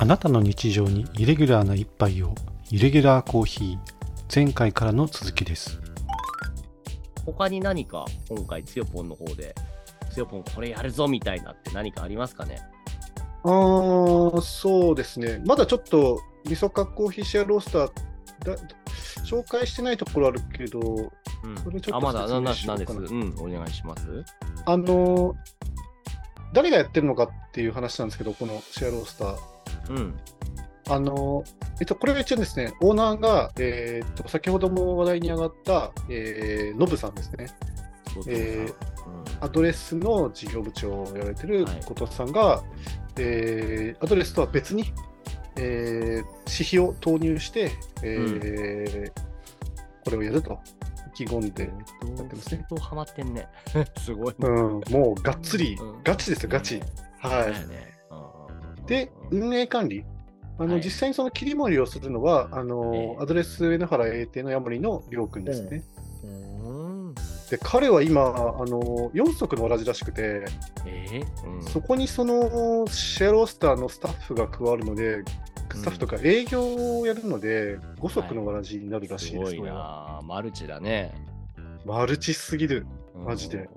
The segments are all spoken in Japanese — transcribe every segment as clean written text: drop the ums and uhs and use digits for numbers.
あなたの日常にイレギュラーな一杯を、イレギュラーコーヒー。前回からの続きです。 他に何か今回つよぽんの方でつよぽんこれやるぞみたいなって何かありますかね？ そうですね。まだちょっとみそかコーヒーシェアロースター紹介してないところあるけど、それちょっとまだ説明しよなんです。 うかな。 お願いします。 誰がやってるのかっていう話なんですけど、このシェアロースター。これが一応ですね、オーナーが、先ほども話題に上がった、ノブさんですね。アドレスの事業部長をやられてる後藤さんが、アドレスとは別に、私費を投入して、これをやると意気込んでやってますね。 相当ハマってんね。すごい、 もうがっつり、ガチですよ、ガチ。はい。で、運営管理。実際にその切り盛りをするのは、アドレス上野原英帝のヤモリのりょうくんですね。で、彼は今、4足のわらじらしくて、そこにそのシェアロースターのスタッフが加わるので、スタッフとか営業をやるので、5足のわらじになるらしいです。 すごいな、マルチだね。 マルチすぎる、マジで。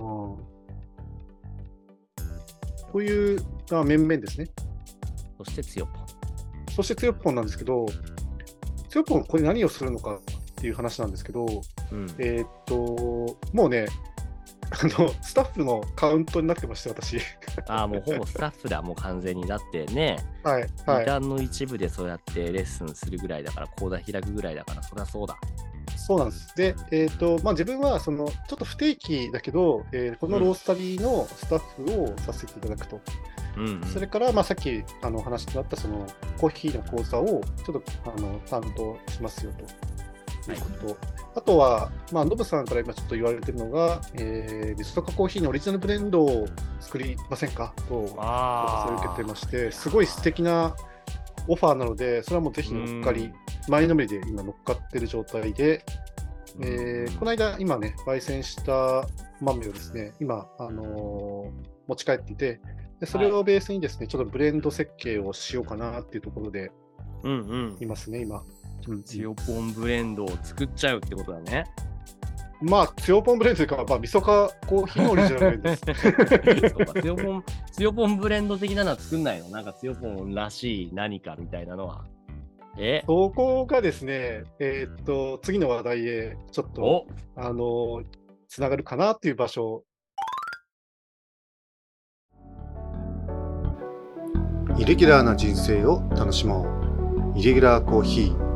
という面々ですね。 そしてつよぽん。 そしてつよぽんなんですけど、つよぽんこれ何をするのかっていう話なんですけど、もうね、スタッフのカウントになってまして、私。 もうほぼスタッフだ、もう完全に。だってね、時間の一部でそうやってレッスンするぐらいだから、講座開くぐらいだから、そりゃそうだ。 そうなんです。で、自分はちょっと不定期だけど、このロースタリーのスタッフをさせていただくと。それから、さっき話になったそのコーヒーの講座をちょっと担当しますよということ。あとは、ノブさんから今ちょっと言われてるのが、ビストカコーヒーのオリジナルブレンドを作りませんかとお誘いを受けてまして、すごい素敵なオファーなので、それはもうぜひ乗っかり、前のめりで今乗っかってる状態で、この間今ね、焙煎した豆をですね、今、持ち帰っていて、でそれをベースにですね、ちょっとブレンド設計をしようかなっていうところでいますね、今。 つよぽんブレンドを作っちゃうってことだね。 つよぽんブレンドというか、みそかコーヒーのオリジナルブレンドです。 そうか、つよぽんブレンド的なのは作んないの？なんかつよぽんらしい何かみたいなのは。 そこがですね、次の話題へちょっと、つながるかなっていう場所。 イレギュラーな人生を楽しもう。イレギュラーコーヒー。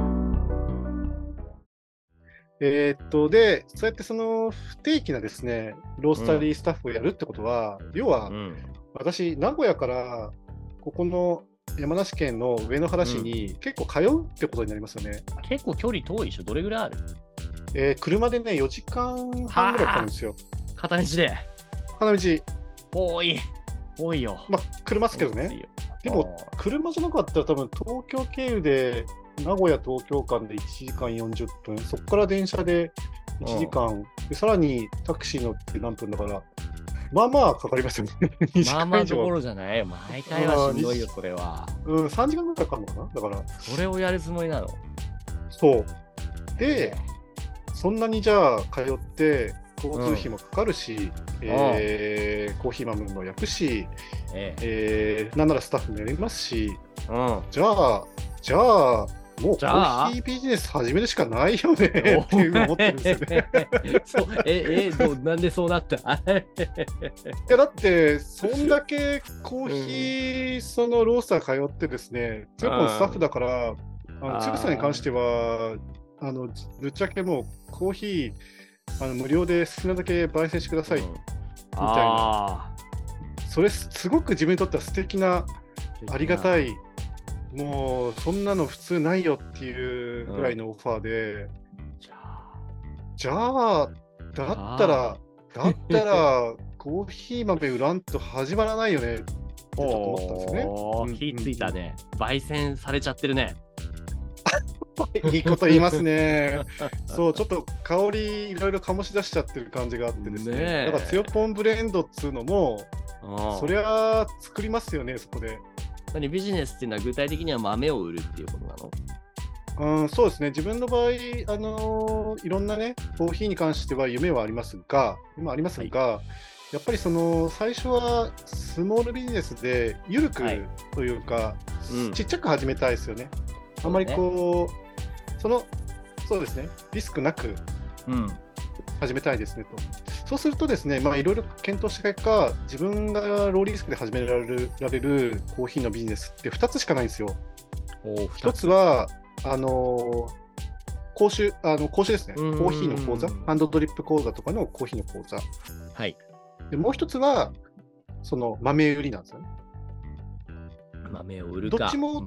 で、そうやってその不定期なですね、ロースタリースタッフをやるってことは、要は、私、名古屋からここの山梨県の上野原市に結構通うってことになりますよね。 結構距離遠いでしょ？どれぐらいある？ 車でね、4時間半ぐらいかかるんですよ。 片道で。 片道。 多いよ。 車ですけどね。でも、車じゃなかったら多分東京経由で名古屋東京間で1時間40分、そこから電車で1時間、でさらにタクシー乗って何分だから、かかりますよね。 どころじゃない。毎回はしんどいよ、それは。 3時間ぐらいかかるのかな、だから。 それをやるつもりなの？ そう。で、そんなにじゃあ通って、交通費もかかるし、コーヒー豆も焼くし、なんならスタッフもやりますし、じゃあ、もうコーヒービジネス始めるしかないよねっていう思ってるんですよね。 なんでそうなった？いやだってそんだけコーヒーそのロースター通ってですね、強くのスタッフだから、つぶさんに関してはぶっちゃけもうコーヒー無料で好きなだけ焙煎してくださいみたいな、それすごく自分にとっては素敵な、ありがたい。もうそんなの普通ないよっていうぐらいのオファーで、じゃあだったらコーヒー豆売らんと始まらないよねってちょっと思ったんですよね。 火ついたね。焙煎されちゃってるね。 いいこと言いますね。そう、ちょっと香りいろいろ醸し出しちゃってる感じがあってですね。だからつよぽんブレンドっつうのも、そりゃ作りますよね、そこで。 ビジネスっていうのは具体的には豆を売るっていうことなの？ そうですね。自分の場合、いろんなね、コーヒーに関しては夢はありますが、やっぱり最初はスモールビジネスで緩くというか、ちっちゃく始めたいですよね。あんまりそうですね、リスクなく始めたいですねと。そうするとですね、いろいろ検討した結果、自分がローリスクで始められるコーヒーのビジネスって2つしかないんですよ。1つは、講習ですね。コーヒーの講座、ハンドドリップ講座とかのコーヒーの講座。 はい。 でもう一つは、豆売りなんですよね。 豆を売るか。 どっちも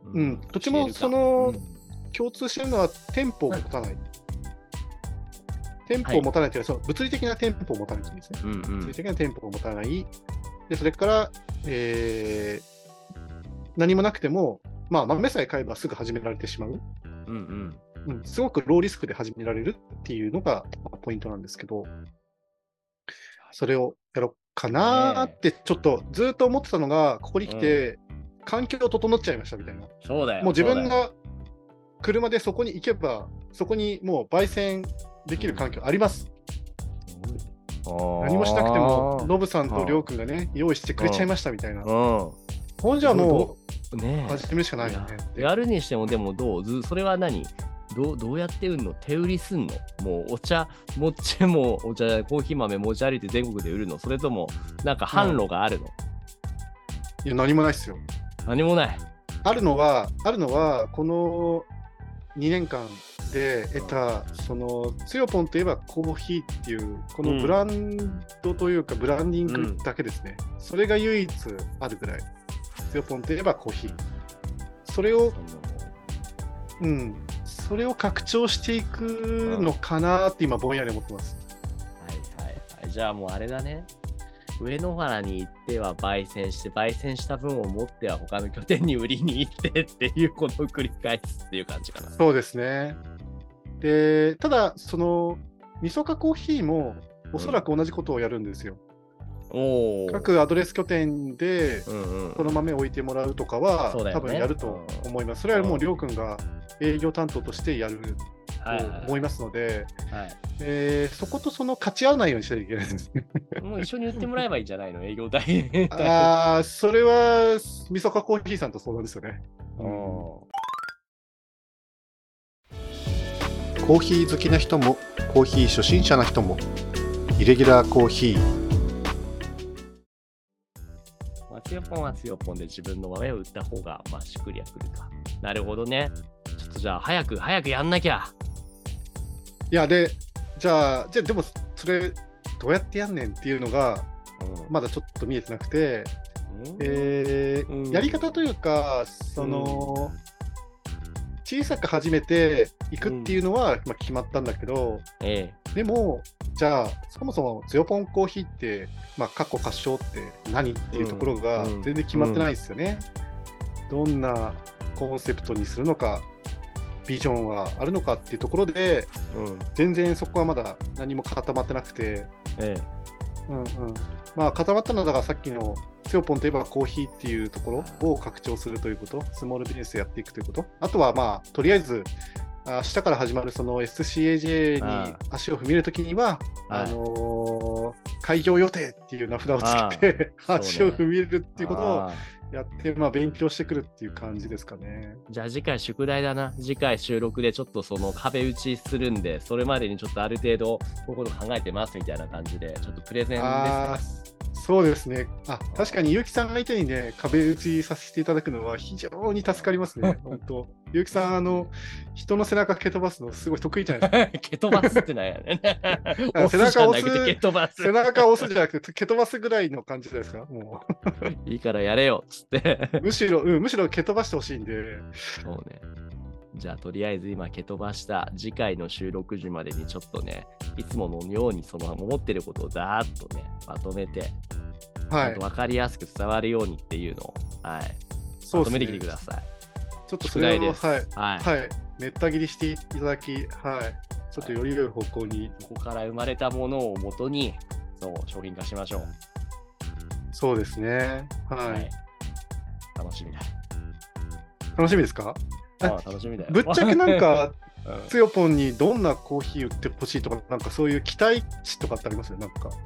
共通してるのは店舗を持たない。店舗を持たないというのは、物理的な店舗を持たないんですね。物理的な店舗を持たない。で、それから、何もなくても、豆さえ買えばすぐ始められてしまう。すごくローリスクで始められるっていうのがポイントなんですけど、それをやろうかなってちょっとずっと思ってたのが、ここに来て環境整っちゃいましたみたいな。 そうだよ。 もう自分が車でそこに行けば、そこにもう焙煎できる環境あります。何もしなくても、ノブさんとりょうくんがね、用意してくれちゃいましたみたいな。ほんじゃもう、始めるしかないよね。 やるにしても、でもそれは何？どうやって売るの？手売りすんの？もうコーヒー豆持ち歩いて全国で売るの？それともなんか販路があるの？ いや、何もないっすよ。 何もない。 あるのはこの2年間で得たつよぽんといえばコーヒーっていうこのブランドというかブランディングだけですね。それが唯一あるぐらい。つよぽんといえばコーヒー。それを拡張していくのかなって今ぼんやり思ってます。 はい。じゃあもうあれだね。上野原に行っては焙煎した分を持っては他の拠点に売りに行ってっていうことを繰り返すっていう感じかな。 そうですね。で、ただみそかコーヒーもおそらく同じことをやるんですよ。各アドレス拠点でこの豆を置いてもらうとかは、多分やると思います。それはもうりょうくんが営業担当としてやると思いますので、そこと勝ち合わないようにしなきゃいけないですね。 もう一緒に売ってもらえばいいんじゃないの？営業代。 それはみそかコーヒーさんと相談ですよね。 コーヒー好きな人もコーヒー初心者な人もイレギュラーコーヒー。 つよぽんはつよぽんで自分の豆を売った方がしっくりはくるか。なるほどね。ちょっとじゃあ早くやんなきゃ。 いやでもそれどうやってやんねんっていうのがまだちょっと見えてなくて、やり方というか小さく始めていくっていうのは決まったんだけど、でもじゃあそもそもつよぽんコーヒーって括弧発祥って何っていうところが全然決まってないですよね。どんなコンセプトにするのか、ビジョンはあるのかっていうところで、全然そこはまだ何も固まってなくて、固まったのはだからさっきのつよぽんといえばコーヒーっていうところを拡張するということ、スモールビジネスでやっていくということ、あとはとりあえず明日から始まるSCAJ に足を踏み入れるときには、開業予定っていう名札をつけて足を踏み入れるっていうことをやって勉強してくるっていう感じですかね。 じゃあ次回宿題だな。次回収録でちょっと壁打ちするんで、それまでにちょっとある程度こういうこと考えてますみたいな感じでちょっとプレゼンですね。 そうですね。確かに結城さん相手にね、壁打ちさせていただくのは非常に助かりますね。本当。結城さん、人の背中蹴飛ばすのすごい得意じゃないですか。 蹴飛ばすってなんやね。 背中押すじゃなくて蹴飛ばすぐらいの感じですか。もういいからやれよっつって。 むしろ蹴飛ばしてほしいんで。 そうね。じゃあとりあえず今蹴飛ばした次回の収録時までにちょっとね、いつものように思ってることをざーっとねまとめて、分かりやすく伝わるようにっていうのを、まとめてきてください。 ちょっとそれをめった切りしていただき、ちょっとより良い方向に、 ここから生まれたものをもとに商品化しましょう。 そうですね。 頑楽しみだ。 楽しみですか？ 楽しみだよ。 ぶっちゃけなんか、 うん、 つよぽんにどんなコーヒー売ってほしいとか、なんかそういう期待値とかってありますよ、なんか。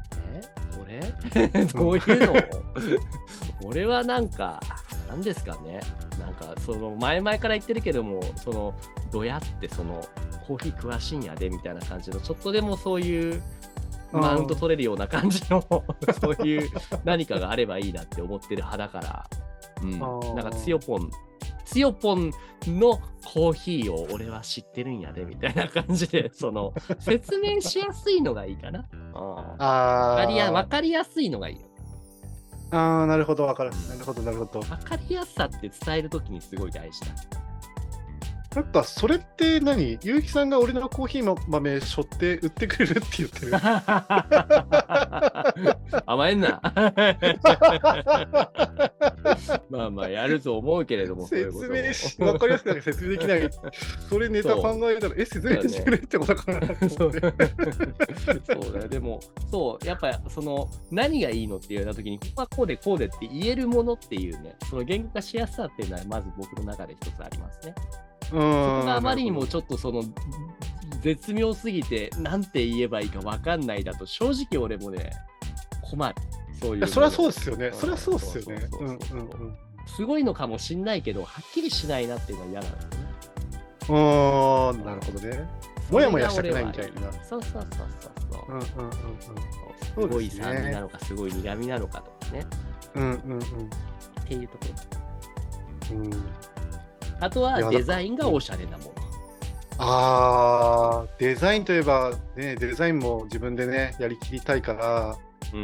俺どういうの俺はなんか、なんですかね。なんか、その前々から言ってるけども、その、どうやってその、コーヒー詳しいんやでみたいな感じの、ちょっとでもそういう、マウント取れるような感じのそういう何かがあればいいなって思ってる派だから、うん、なんかつよぽんのコーヒーを俺は知ってるんやでみたいな感じで、その説明しやすいのがいいかな。わかりやすいのがいいよ。 なるほど、なるほど。 わかりやすさって伝えるときにすごい大事だ。 なんかそれって何？ゆうきさんが俺のコーヒー豆背負って売ってくれるって言ってる。 甘えんな。まあまあやると思うけれども、 説明し、わかりやすく説明できない。それネタ考えたら、説明してくれってことかなと思って。 そうだよ。でも、そう、やっぱその何がいいのって言われたときに、ここはこうでこうでって言えるものっていうね、その言語化しやすさっていうのはまず僕の中で一つありますね。そこがあまりにもちょっとその絶妙すぎてなんて言えばいいか分かんないだと正直俺もね困る。そういう。 そりゃそうですよね。そりゃそうですよね。 すごいのかもしんないけどはっきりしないなっていうのは嫌なんですね。 なるほどね。もやもやしたくないみたいな。 そう。すごい酸味なのかすごい苦味なのかとかね。っていうところ。あとはデザインがおしゃれなもの。デザインといえば、ね、デザインも自分でね、やりきりたいから、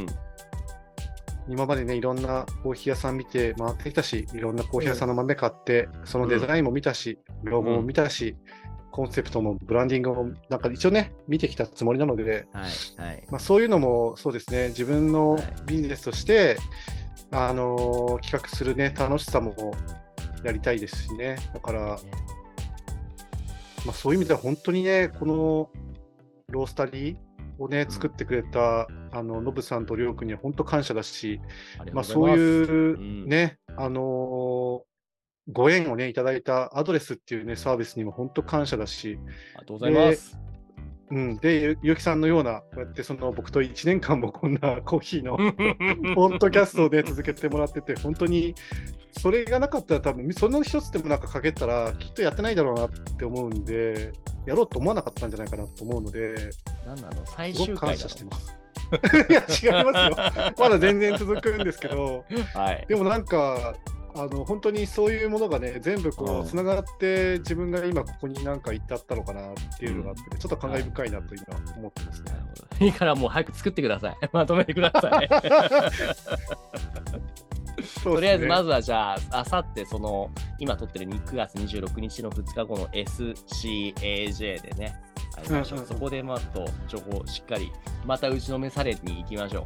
今までね、いろんなコーヒー屋さん見て回ってきたし、いろんなコーヒー屋さんの豆買って、そのデザインも見たし、ロゴも見たし、コンセプトもブランディングもなんか一応ね、見てきたつもりなので、そういうのもそうですね、自分のビジネスとして、企画するね、楽しさもやりたいですしね。だから、そういう意味では本当にね、このロースタリーをね、作ってくれたノブさんとりょうくんには本当感謝だし、そういうね、ご縁をね、いただいたアドレスっていうね、サービスにも本当感謝だし、 ありがとうございます。 で、ゆうきさんのような、こうやって僕と1年間もこんなコーヒーのポッドキャストで続けてもらってて、本当にそれがなかったら多分、その一つでもなんかかけたら、きっとやってないだろうなって思うんで、やろうと思わなかったんじゃないかなと思うので、 最終回すごく感謝してます。いや、違いますよ。まだ全然続くんですけど、でもなんか、本当にそういうものがね、全部こうつながって自分が今ここになんか至ったのかなっていうのがあって、ちょっと感慨深いなと今思ってますね。 いいからもう早く作ってください。まとめてください。とりあえずまずはじゃああさってその今撮ってる9月26日の2日後の SCAJ でね、そこで情報をしっかりまた打ちのめされに行きましょう。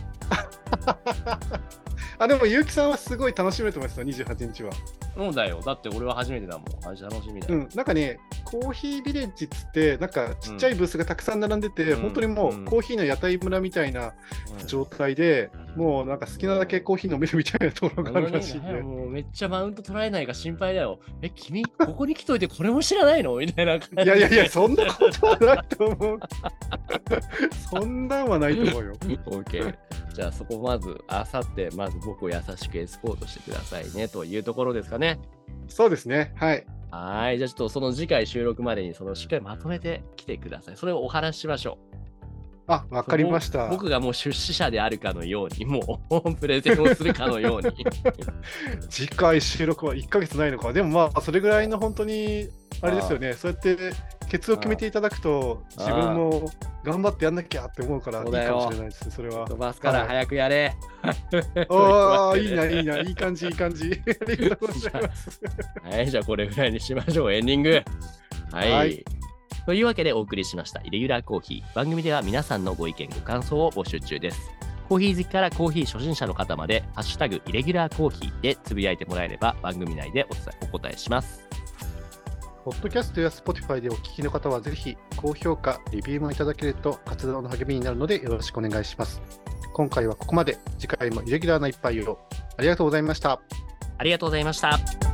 でも、ゆうきさんはすごい楽しめてますよ、28日は。 そうだよ。だって俺は初めてだもん。楽しみだよ。 なんかね、コーヒービレッジっつって、なんかちっちゃいブースがたくさん並んでて、本当にもうコーヒーの屋台村みたいな状態で、もうなんか好きなだけコーヒー飲めるみたいなところがあるらしいね。 もうめっちゃマウント取られないか心配だよ。君、ここに来といてこれも知らないのみたいな感じ。 いや、そんなことはないと思う。そんなんはないと思うよ。 OK。じゃあそこまず、あさってまず僕を優しくエスコートしてくださいねというところですかね。 そうですね。はい。 じゃあちょっとその次回収録までにしっかりまとめてきてください。それをお話ししましょう。わかりました。 僕がもう出資者であるかのように、もうプレゼンをするかのように。 次回収録は1ヶ月ないのか。でもそれぐらいの本当に、あれですよね。そうやってケツを決めていただくと、自分も頑張ってやんなきゃって思うからいいかもしれないですね、それは。 飛ばすから早くやれ。 いいな、いい感じ。ありがとうございます。 じゃあこれぐらいにしましょう、エンディング。はい。というわけでお送りしましたイレギュラーコーヒー。番組では皆さんのご意見ご感想を募集中です。コーヒー好きからコーヒー初心者の方まで、ハッシュタグイレギュラーコーヒーでつぶやいてもらえれば番組内でお答えします。 ポッドキャストや Spotify でお聞きの方はぜひ高評価、レビューもいただけると活動の励みになるのでよろしくお願いします。今回はここまで。次回もイレギュラーな一杯を。ありがとうございました。 ありがとうございました。